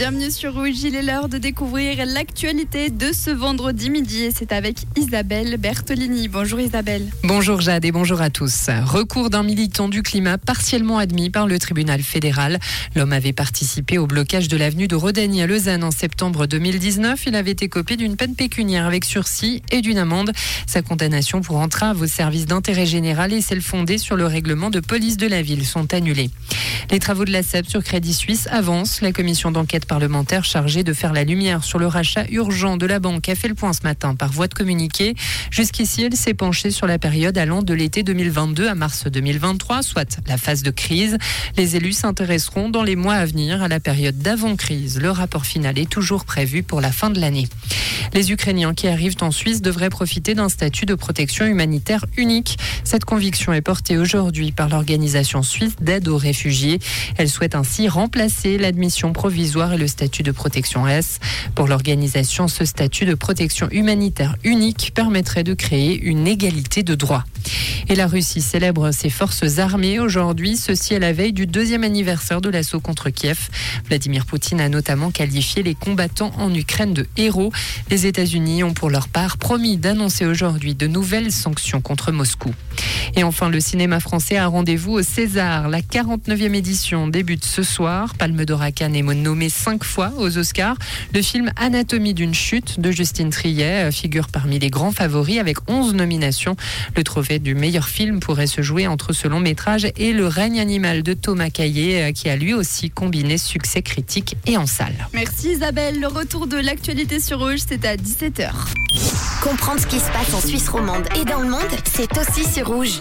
Bienvenue sur Rouge, il est l'heure de découvrir l'actualité de ce vendredi midi et c'est avec Isabelle Bertolini. Bonjour Isabelle. Bonjour Jade et bonjour à tous. Recours d'un militant du climat partiellement admis par le tribunal fédéral. L'homme avait participé au blocage de l'avenue de Rodagny à Lausanne en septembre 2019. Il avait écopé d'une peine pécuniaire avec sursis et d'une amende. Sa condamnation pour entrave au service d'intérêt général et celle fondée sur le règlement de police de la ville sont annulées. Les travaux de la SEB sur Crédit Suisse avancent. La commission d'enquête parlementaire chargée de faire la lumière sur le rachat urgent de la banque a fait le point ce matin par voie de communiqué. Jusqu'ici, elle s'est penchée sur la période allant de l'été 2022 à mars 2023, soit la phase de crise. Les élus s'intéresseront dans les mois à venir à la période d'avant-crise. Le rapport final est toujours prévu pour la fin de l'année. Les Ukrainiens qui arrivent en Suisse devraient profiter d'un statut de protection humanitaire unique. Cette conviction est portée aujourd'hui par l'organisation suisse d'aide aux réfugiés. Elle souhaite ainsi remplacer l'admission provisoire et le statut de protection S. Pour l'organisation, ce statut de protection humanitaire unique permettrait de créer une égalité de droits. Et la Russie célèbre ses forces armées aujourd'hui, ceci à la veille du 2e anniversaire de l'assaut contre Kiev. Vladimir Poutine a notamment qualifié les combattants en Ukraine de héros. Les États-Unis ont pour leur part promis d'annoncer aujourd'hui de nouvelles sanctions contre Moscou. Et enfin, le cinéma français a rendez-vous au César. La 49e édition débute ce soir. Palme d'Or à Cannes est nommé 5 fois aux Oscars. Le film Anatomie d'une chute de Justine Triet figure parmi les grands favoris avec 11 nominations. Le trophée du meilleur film pourrait se jouer entre ce long métrage et Le règne animal de Thomas Caillet qui a lui aussi combiné succès critique et en salle. Merci Isabelle. Le retour de l'actualité sur Rouge, c'est à 17h. Comprendre ce qui se passe en Suisse romande et dans le monde, c'est aussi sur Rouge.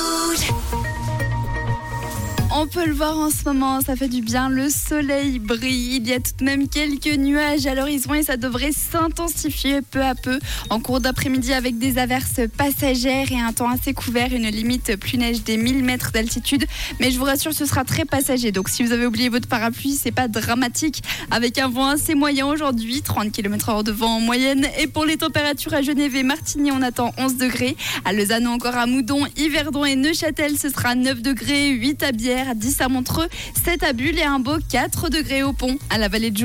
On peut le voir en ce moment, ça fait du bien, le soleil brille, il y a tout de même quelques nuages à l'horizon et ça devrait s'intensifier peu à peu en cours d'après-midi avec des averses passagères et un temps assez couvert, une limite plus neige des 1000 mètres d'altitude. Mais je vous rassure, ce sera très passager, donc si vous avez oublié votre parapluie, c'est pas dramatique. Avec un vent assez moyen aujourd'hui, 30 km/h de vent en moyenne. Et pour les températures à Genève et Martigny, on attend 11 degrés. À Lausanne, encore à Moudon, Yverdon et Neuchâtel, ce sera 9 degrés, 8 à Bière, 10 à Montreux, 7 à Bulle et un beau 4 degrés au Pont. À la Vallée de